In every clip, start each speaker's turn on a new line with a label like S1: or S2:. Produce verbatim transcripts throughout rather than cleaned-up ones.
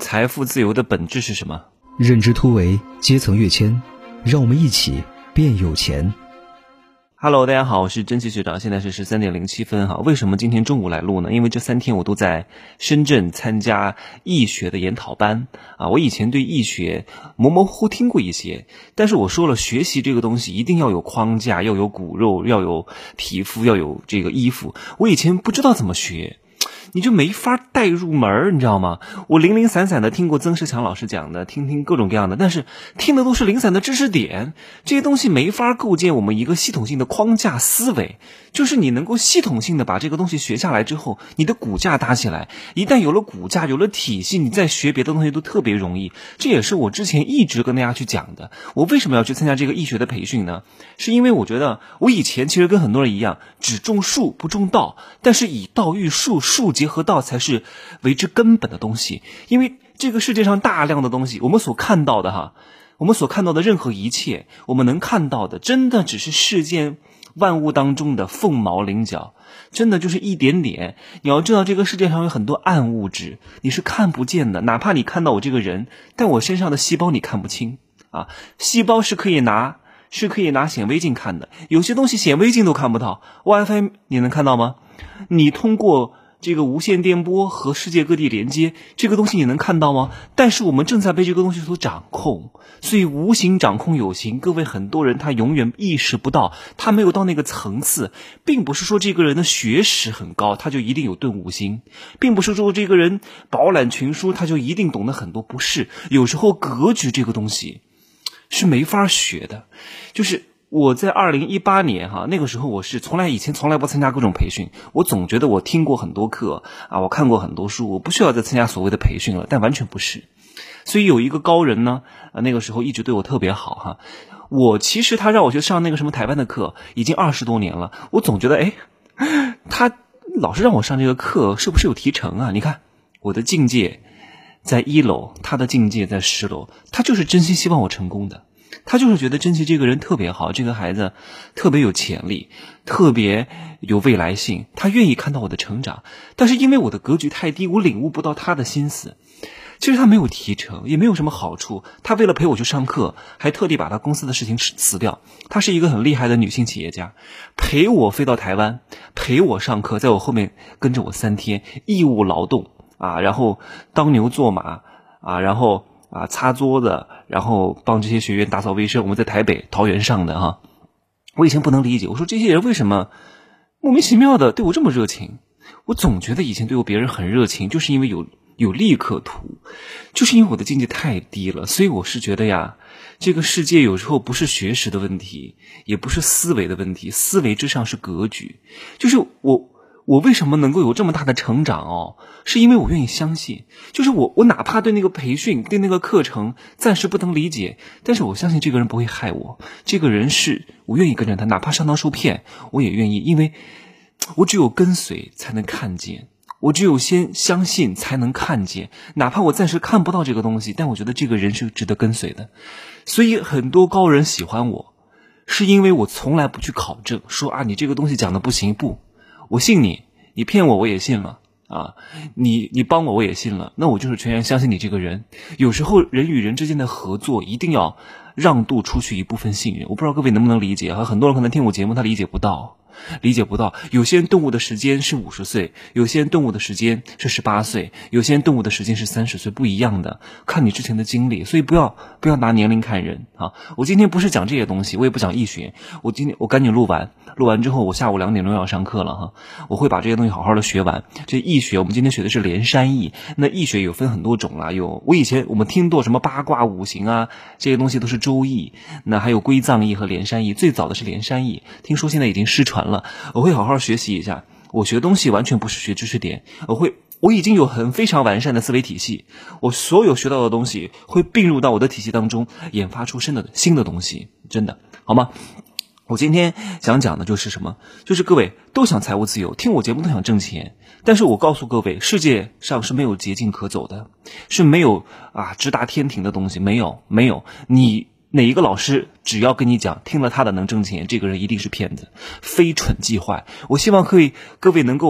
S1: 财富自由的本质是什么？
S2: 认知突围，阶层跃迁，让我们一起变有钱。
S1: Hello， 大家好，我是真奇学长，现在是十三点零七分哈。为什么今天中午来录呢？因为这三天我都在深圳参加易学的研讨班啊。我以前对易学模模糊糊听过一些，但是我说了，学习这个东西一定要有框架，要有骨肉，要有皮肤，要有这个衣服。我以前不知道怎么学。你就没法带入门，你知道吗？我零零散散的听过曾仕强老师讲的，听听各种各样的，但是听的都是零散的知识点，这些东西没法构建我们一个系统性的框架思维。就是你能够系统性的把这个东西学下来之后，你的骨架搭起来，一旦有了骨架，有了体系，你再学别的东西都特别容易。这也是我之前一直跟大家去讲的。我为什么要去参加这个易学的培训呢？是因为我觉得我以前其实跟很多人一样，只重术不重道，但是以道育术，术结合道才是为之根本的东西。因为这个世界上大量的东西，我们所看到的哈，我们所看到的任何一切，我们能看到的，真的只是世间万物当中的凤毛麟角，真的就是一点点。你要知道，这个世界上有很多暗物质，你是看不见的。哪怕你看到我这个人，但我身上的细胞你看不清啊。细胞是可以拿是可以拿显微镜看的，有些东西显微镜都看不到。 WiFi 你能看到吗？你通过这个无线电波和世界各地连接，这个东西你能看到吗？但是我们正在被这个东西所掌控，所以无形掌控有形。各位，很多人他永远意识不到，他没有到那个层次，并不是说这个人的学识很高他就一定有顿悟心，并不是说这个人饱览群书他就一定懂得很多，不是。有时候格局这个东西是没法学的。就是我在二零一八年哈，那个时候我是从来以前从来不参加各种培训，我总觉得我听过很多课啊，我看过很多书，我不需要再参加所谓的培训了，但完全不是。所以有一个高人呢，啊，那个时候一直对我特别好哈。我其实他让我去上那个什么台湾的课，已经二十多年了，我总觉得哎，他老是让我上这个课，是不是有提成啊？你看我的境界在一楼，他的境界在十楼，他就是真心希望我成功的。他就是觉得真奇这个人特别好，这个孩子特别有潜力，特别有未来性，他愿意看到我的成长。但是因为我的格局太低，我领悟不到他的心思。其实他没有提成，也没有什么好处，他为了陪我去上课，还特地把他公司的事情辞掉。他是一个很厉害的女性企业家，陪我飞到台湾，陪我上课，在我后面跟着我三天，义务劳动啊，然后当牛做马啊，然后啊，擦桌子，然后帮这些学员打扫卫生。我们在台北桃园上的哈，我以前不能理解，我说这些人为什么莫名其妙的对我这么热情？我总觉得以前对我别人很热情，就是因为有有利可图，就是因为我的境界太低了。所以我是觉得呀，这个世界有时候不是学识的问题，也不是思维的问题，思维之上是格局。就是我。我为什么能够有这么大的成长哦？是因为我愿意相信，就是我我哪怕对那个培训对那个课程暂时不能理解，但是我相信这个人不会害我，这个人是我愿意跟着他，哪怕上当受骗我也愿意，因为我只有跟随才能看见，我只有先相信才能看见，哪怕我暂时看不到这个东西，但我觉得这个人是值得跟随的。所以很多高人喜欢我，是因为我从来不去考证说啊你这个东西讲的不行，不，我信你，你骗我我也信了啊，你你帮我我也信了，那我就是全然相信你这个人。有时候人与人之间的合作一定要让渡出去一部分信任，我不知道各位能不能理解哈，很多人可能听我节目他理解不到。理解不到，有些人顿悟的时间是五十岁，有些人顿悟的时间是十八岁，有些人顿悟的时间是三十岁，不一样的，看你之前的经历。所以不要不要拿年龄看人啊！我今天不是讲这些东西，我也不讲易学，我今天我赶紧录完，录完之后我下午两点钟要上课了哈，我会把这些东西好好的学完。这易学我们今天学的是连山易，那易学有分很多种啦，有我以前我们听过什么八卦五行啊，这些东西都是周易，那还有归藏易和连山易，最早的是连山易，听说现在已经失传了。我会好好学习一下，我学东西完全不是学知识点，我会我已经有很非常完善的思维体系，我所有学到的东西会并入到我的体系当中，研发出新的新的东西，真的好吗？我今天想讲的就是什么，就是各位都想财务自由，听我节目都想挣钱，但是我告诉各位，世界上是没有捷径可走的，是没有啊直达天庭的东西，没有没有。你哪一个老师只要跟你讲听了他的能挣钱，这个人一定是骗子，非蠢即坏。我希望可以各位能够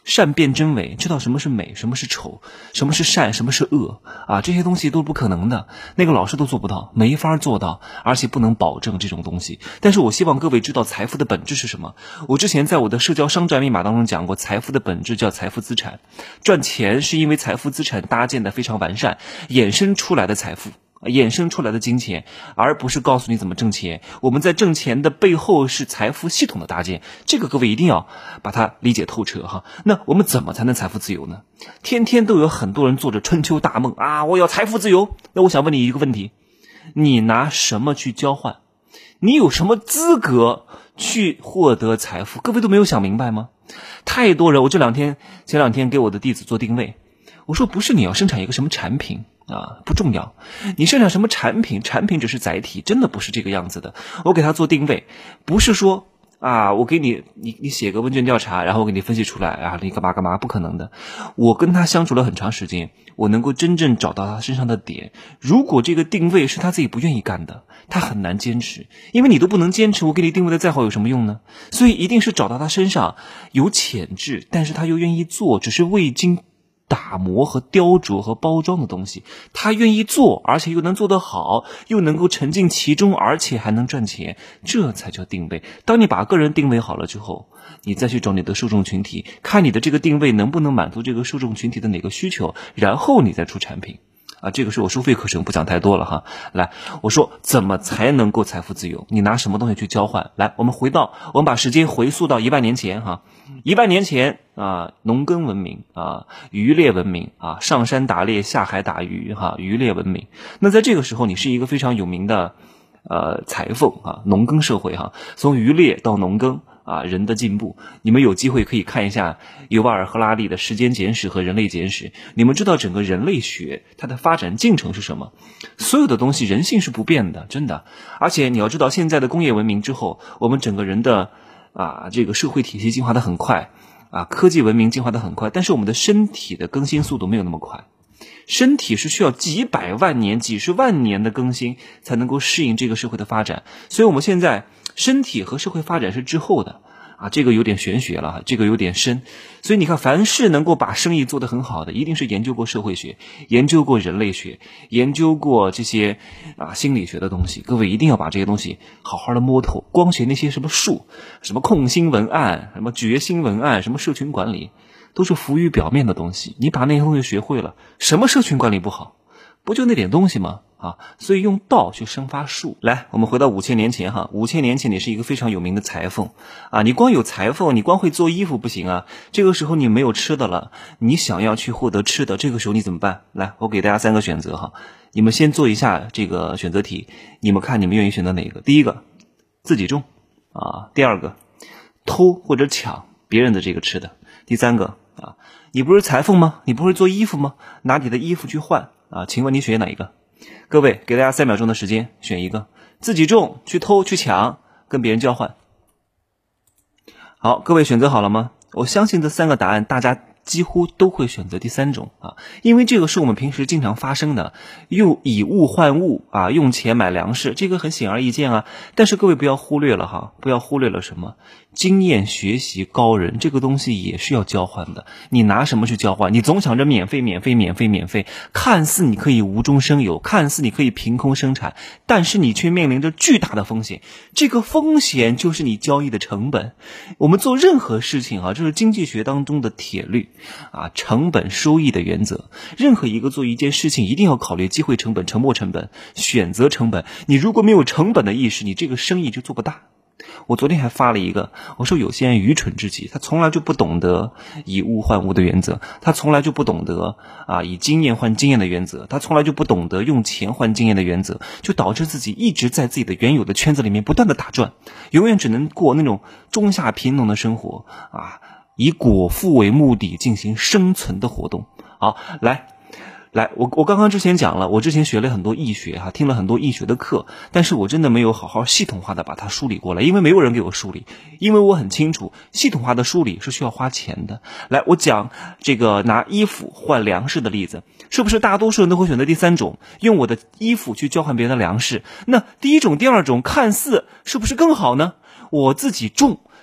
S1: 善辨真伪，知道什么是美，什么是丑，什么是善，什么是恶啊，这些东西都不可能的，那个老师都做不到，没法做到，而且不能保证这种东西。但是我希望各位知道财富的本质是什么。我之前在我的社交商战密码当中讲过，财富的本质叫财富资产，赚钱是因为财富资产搭建的非常完善，衍生出来的财富，衍生出来的金钱，而不是告诉你怎么挣钱。我们在挣钱的背后是财富系统的搭建，这个各位一定要把它理解透彻哈。那我们怎么才能财富自由呢？天天都有很多人做着春秋大梦啊，我要财富自由。那我想问你一个问题，你拿什么去交换？你有什么资格去获得财富？各位都没有想明白吗？太多人，我这两天前两天给我的弟子做定位，我说不是你要生产一个什么产品啊，不重要，你生产什么产品，产品只是载体，真的不是这个样子的。我给他做定位，不是说啊，我给你你你写个问卷调查，然后我给你分析出来啊，你干嘛干嘛，不可能的。我跟他相处了很长时间，我能够真正找到他身上的点。如果这个定位是他自己不愿意干的，他很难坚持，因为你都不能坚持，我给你定位的再好有什么用呢？所以一定是找到他身上有潜质，但是他又愿意做，只是未经打磨和雕琢和包装的东西，他愿意做，而且又能做得好，又能够沉浸其中，而且还能赚钱，这才叫定位。当你把个人定位好了之后，你再去找你的受众群体，看你的这个定位能不能满足这个受众群体的哪个需求，然后你再出产品啊，这个是我收费课程，不讲太多了哈。来，我说怎么才能够财富自由？你拿什么东西去交换？来，我们回到，我们把时间回溯到一万年前哈。一万年前啊，农耕文明啊，渔猎文明啊，上山打猎，下海打鱼哈，渔猎文明。那在这个时候，你是一个非常有名的呃裁缝啊，农耕社会哈，从渔猎到农耕。啊，人的进步，你们有机会可以看一下尤瓦尔·赫拉利的《时间简史》和《人类简史》，你们知道整个人类学它的发展进程是什么？所有的东西人性是不变的，真的。而且你要知道，现在的工业文明之后，我们整个人的啊这个社会体系进化的很快，啊科技文明进化的很快，但是我们的身体的更新速度没有那么快。身体是需要几百万年、几十万年的更新才能够适应这个社会的发展，所以我们现在身体和社会发展是滞后的啊，这个有点玄学了，这个有点深。所以你看，凡是能够把生意做得很好的，一定是研究过社会学、研究过人类学、研究过这些啊心理学的东西。各位一定要把这些东西好好的摸透。光学那些什么术、什么控心文案、什么决心文案、什么社群管理，都是浮于表面的东西。你把那些东西学会了，什么社群管理不好？不就那点东西吗？啊，所以用道去生发术。来，我们回到五千年前哈，五千年前你是一个非常有名的裁缝啊，你光有裁缝，你光会做衣服不行啊。这个时候你没有吃的了，你想要去获得吃的，这个时候你怎么办？来，我给大家三个选择哈，你们先做一下这个选择题，你们看你们愿意选择哪个？第一个，自己种啊；第二个，偷或者抢别人的这个吃的；第三个啊，你不是裁缝吗？你不会做衣服吗？拿你的衣服去换啊？请问你选哪一个？各位，给大家三秒钟的时间选一个，自己种、去偷、去抢、跟别人交换。好，各位选择好了吗？我相信这三个答案大家几乎都会选择第三种啊，因为这个是我们平时经常发生的，用以物换物啊，用钱买粮食，这个很显而易见啊。但是各位不要忽略了哈，不要忽略了什么？经验学习高人这个东西也是要交换的，你拿什么去交换？你总想着免费免费免费免费，看似你可以无中生有，看似你可以凭空生产，但是你却面临着巨大的风险，这个风险就是你交易的成本。我们做任何事情啊，这是经济学当中的铁律啊，成本收益的原则。任何一个做一件事情一定要考虑机会成本、沉没成本、选择成本，你如果没有成本的意识，你这个生意就做不大。我昨天还发了一个，我说有些人愚蠢至极，他从来就不懂得以物换物的原则，他从来就不懂得啊以经验换经验的原则，他从来就不懂得用钱换经验的原则，就导致自己一直在自己的原有的圈子里面不断的打转，永远只能过那种中下贫农的生活啊，以果腹为目的进行生存的活动。好，来来，我我刚刚之前讲了，我之前学了很多易学哈，听了很多易学的课，但是我真的没有好好系统化的把它梳理过来，因为没有人给我梳理，因为我很清楚系统化的梳理是需要花钱的。来，我讲这个拿衣服换粮食的例子，是不是大多数人都会选择第三种，用我的衣服去交换别人的粮食？那第一种、第二种看似是不是更好呢？我自己种，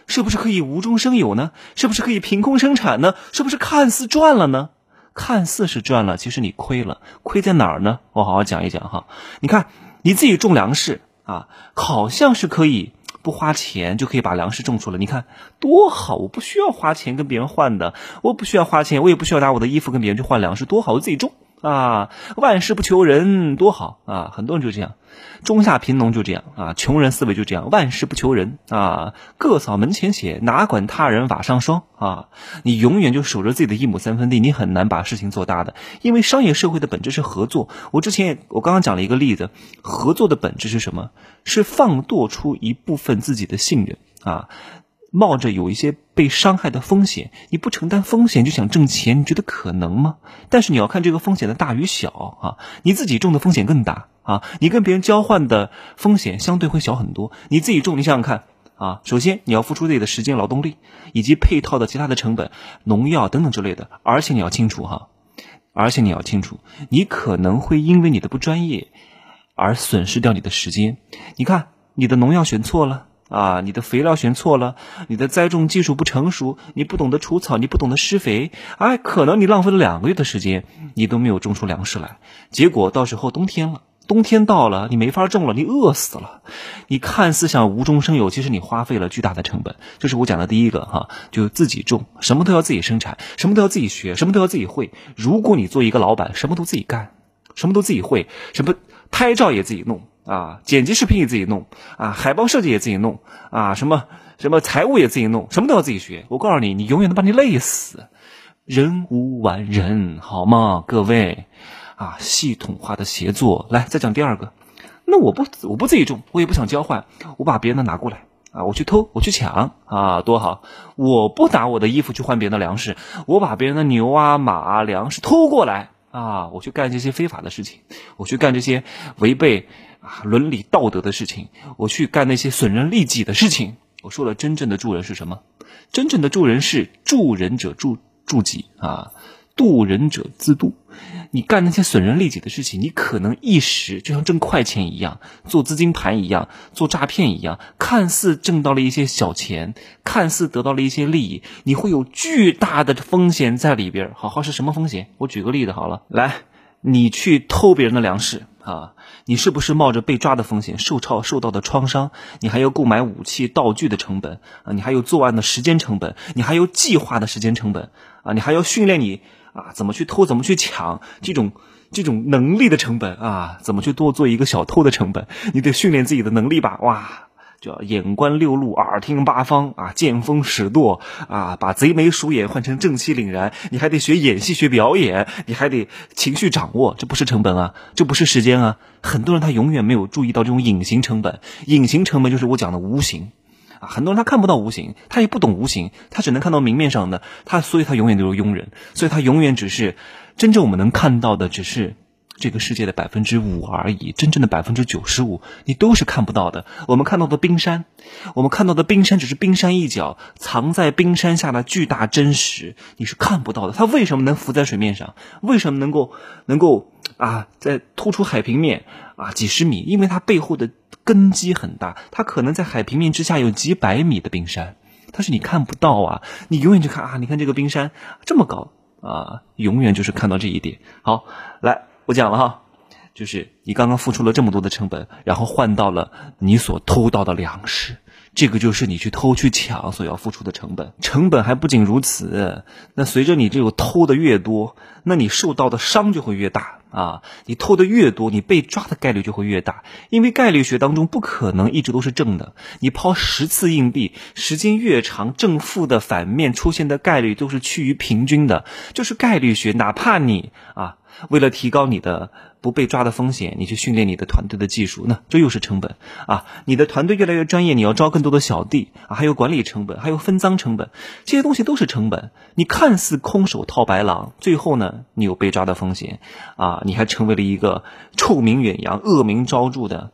S1: 是不是可以无中生有呢？是不是可以凭空生产呢？是不是看似赚了呢？看似是赚了，其实你亏了。亏在哪儿呢？我好好讲一讲哈。你看你自己种粮食啊，好像是可以不花钱就可以把粮食种出来，你看多好，我不需要花钱跟别人换的，我不需要花钱，我也不需要拿我的衣服跟别人去换粮食，多好，我自己种啊，万事不求人，多好啊！很多人就这样，中下贫农就这样啊，穷人思维就这样，万事不求人啊，各扫门前雪，哪管他人瓦上霜啊！你永远就守着自己的一亩三分地，你很难把事情做大的，因为商业社会的本质是合作。我之前我刚刚讲了一个例子，合作的本质是什么？是放剁出一部分自己的信任啊。冒着有一些被伤害的风险，你不承担风险就想挣钱，你觉得可能吗？但是你要看这个风险的大与小啊，你自己种的风险更大啊，你跟别人交换的风险相对会小很多。你自己种，你想想看啊，首先你要付出自己的时间、劳动力以及配套的其他的成本、农药等等之类的，而且你要清楚哈，而且你要清楚，你可能会因为你的不专业而损失掉你的时间。你看，你的农药选错了。啊，你的肥料选错了，你的栽种技术不成熟，你不懂得除草，你不懂得施肥，哎，可能你浪费了两个月的时间，你都没有种出粮食来，结果到时候冬天了，冬天到了，你没法种了，你饿死了。你看似想无中生有，其实你花费了巨大的成本。这是我讲的第一个哈，就自己种，什么都要自己生产，什么都要自己学，什么都要自己会。如果你做一个老板，什么都自己干，什么都自己会，什么拍照也自己弄。啊，剪辑视频也自己弄啊，海报设计也自己弄啊，什么什么财务也自己弄，什么都要自己学。我告诉你，你永远能把你累死。人无完人，好吗，各位啊？系统化的协作，来再讲第二个。那我不我不自己种，我也不想交换，我把别人的拿过来啊，我去偷，我去抢啊，多好！我不拿我的衣服去换别人的粮食，我把别人的牛啊、马啊、粮食偷过来啊，我去干这些非法的事情，我去干这些违背啊伦理道德的事情，我去干那些损人利己的事情。我说了，真正的助人是什么？真正的助人是助人者助助己啊，渡人者自渡。你干那些损人利己的事情，你可能一时就像挣快钱一样，做资金盘一样，做诈骗一样，看似挣到了一些小钱，看似得到了一些利益，你会有巨大的风险在里边。好好是什么风险？我举个例子好了，来，你去偷别人的粮食啊，你是不是冒着被抓的风险，受创受到的创伤？你还有购买武器道具的成本啊，你还有作案的时间成本，你还有计划的时间成本啊，你还要训练你啊怎么去偷，怎么去抢，这种这种能力的成本啊，怎么去多做一个小偷的成本？你得训练自己的能力吧，哇！叫眼观六路，耳听八方啊，见风使舵啊，把贼眉鼠眼换成正气凛然。你还得学演戏，学表演，你还得情绪掌握，这不是成本啊，这不是时间啊。很多人他永远没有注意到这种隐形成本，隐形成本就是我讲的无形啊。很多人他看不到无形，他也不懂无形，他只能看到明面上的，他所以他永远都是庸人，所以他永远只是真正我们能看到的只是这个世界的百分之五而已，真正的百分之九十五你都是看不到的。我们看到的冰山，我们看到的冰山只是冰山一角，藏在冰山下的巨大真实你是看不到的。它为什么能浮在水面上？为什么能够能够啊在突出海平面啊几十米？因为它背后的根基很大，它可能在海平面之下有几百米的冰山，但是你看不到啊，你永远就看啊，你看这个冰山这么高啊，永远就是看到这一点。好，来。我讲了哈，就是你刚刚付出了这么多的成本，然后换到了你所偷到的粮食，这个就是你去偷去抢所要付出的成本。成本还不仅如此，那随着你这个偷的越多，那你受到的伤就会越大啊！你偷的越多，你被抓的概率就会越大，因为概率学当中不可能一直都是正的。你抛十次硬币，时间越长，正负的反面出现的概率都是趋于平均的，就是概率学。哪怕你啊。为了提高你的不被抓的风险，你去训练你的团队的技术，那这又是成本啊！你的团队越来越专业，你要招更多的小弟啊，还有管理成本，还有分赃成本，这些东西都是成本。你看似空手套白狼，最后呢，你有被抓的风险啊！你还成为了一个臭名远扬、恶名昭著的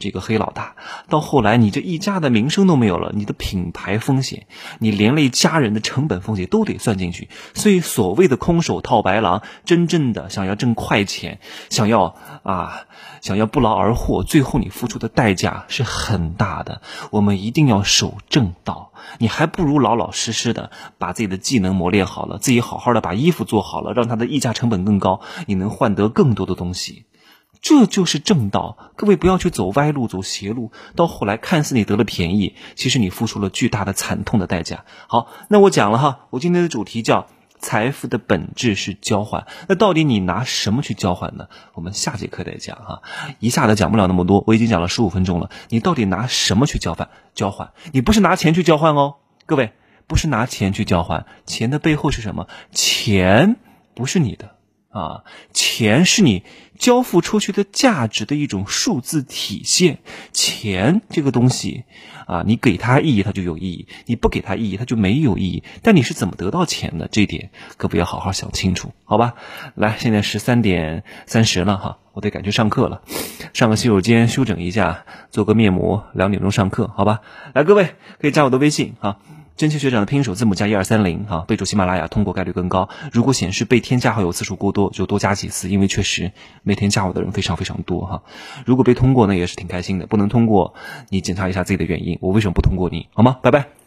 S1: 这个黑老大，到后来你这一家的名声都没有了，你的品牌风险，你连累家人的成本风险都得算进去。所以所谓的空手套白狼，真正的想要挣快钱，想要啊想要不劳而获，最后你付出的代价是很大的。我们一定要守正道，你还不如老老实实的把自己的技能磨练好了，自己好好的把衣服做好了，让它的溢价成本更高，你能换得更多的东西。这就是正道，各位不要去走歪路走邪路，到后来看似你得了便宜，其实你付出了巨大的惨痛的代价。好，那我讲了哈，我今天的主题叫财富的本质是交换，那到底你拿什么去交换呢？我们下节课再讲哈，一下子讲不了那么多，我已经讲了十五分钟了，你到底拿什么去交换？交换，你不是拿钱去交换哦，各位，不是拿钱去交换，钱的背后是什么？钱不是你的啊，钱是你交付出去的价值的一种数字体现。钱这个东西啊，你给它意义它就有意义，你不给它意义它就没有意义。但你是怎么得到钱的，这一点各位要好好想清楚，好吧？来，现在十三点三十了哈，我得赶去上课了，上个洗手间休整一下，做个面膜，两点钟上课，好吧？来，各位可以加我的微信哈。真奇学长的拼音首字母加一二三零哈，备注喜马拉雅，通过概率更高。如果显示被添加好友次数过多，就多加几次，因为确实每天加我的人非常非常多哈。如果被通过呢，也是挺开心的。不能通过，你检查一下自己的原因，我为什么不通过你，好吗？拜拜。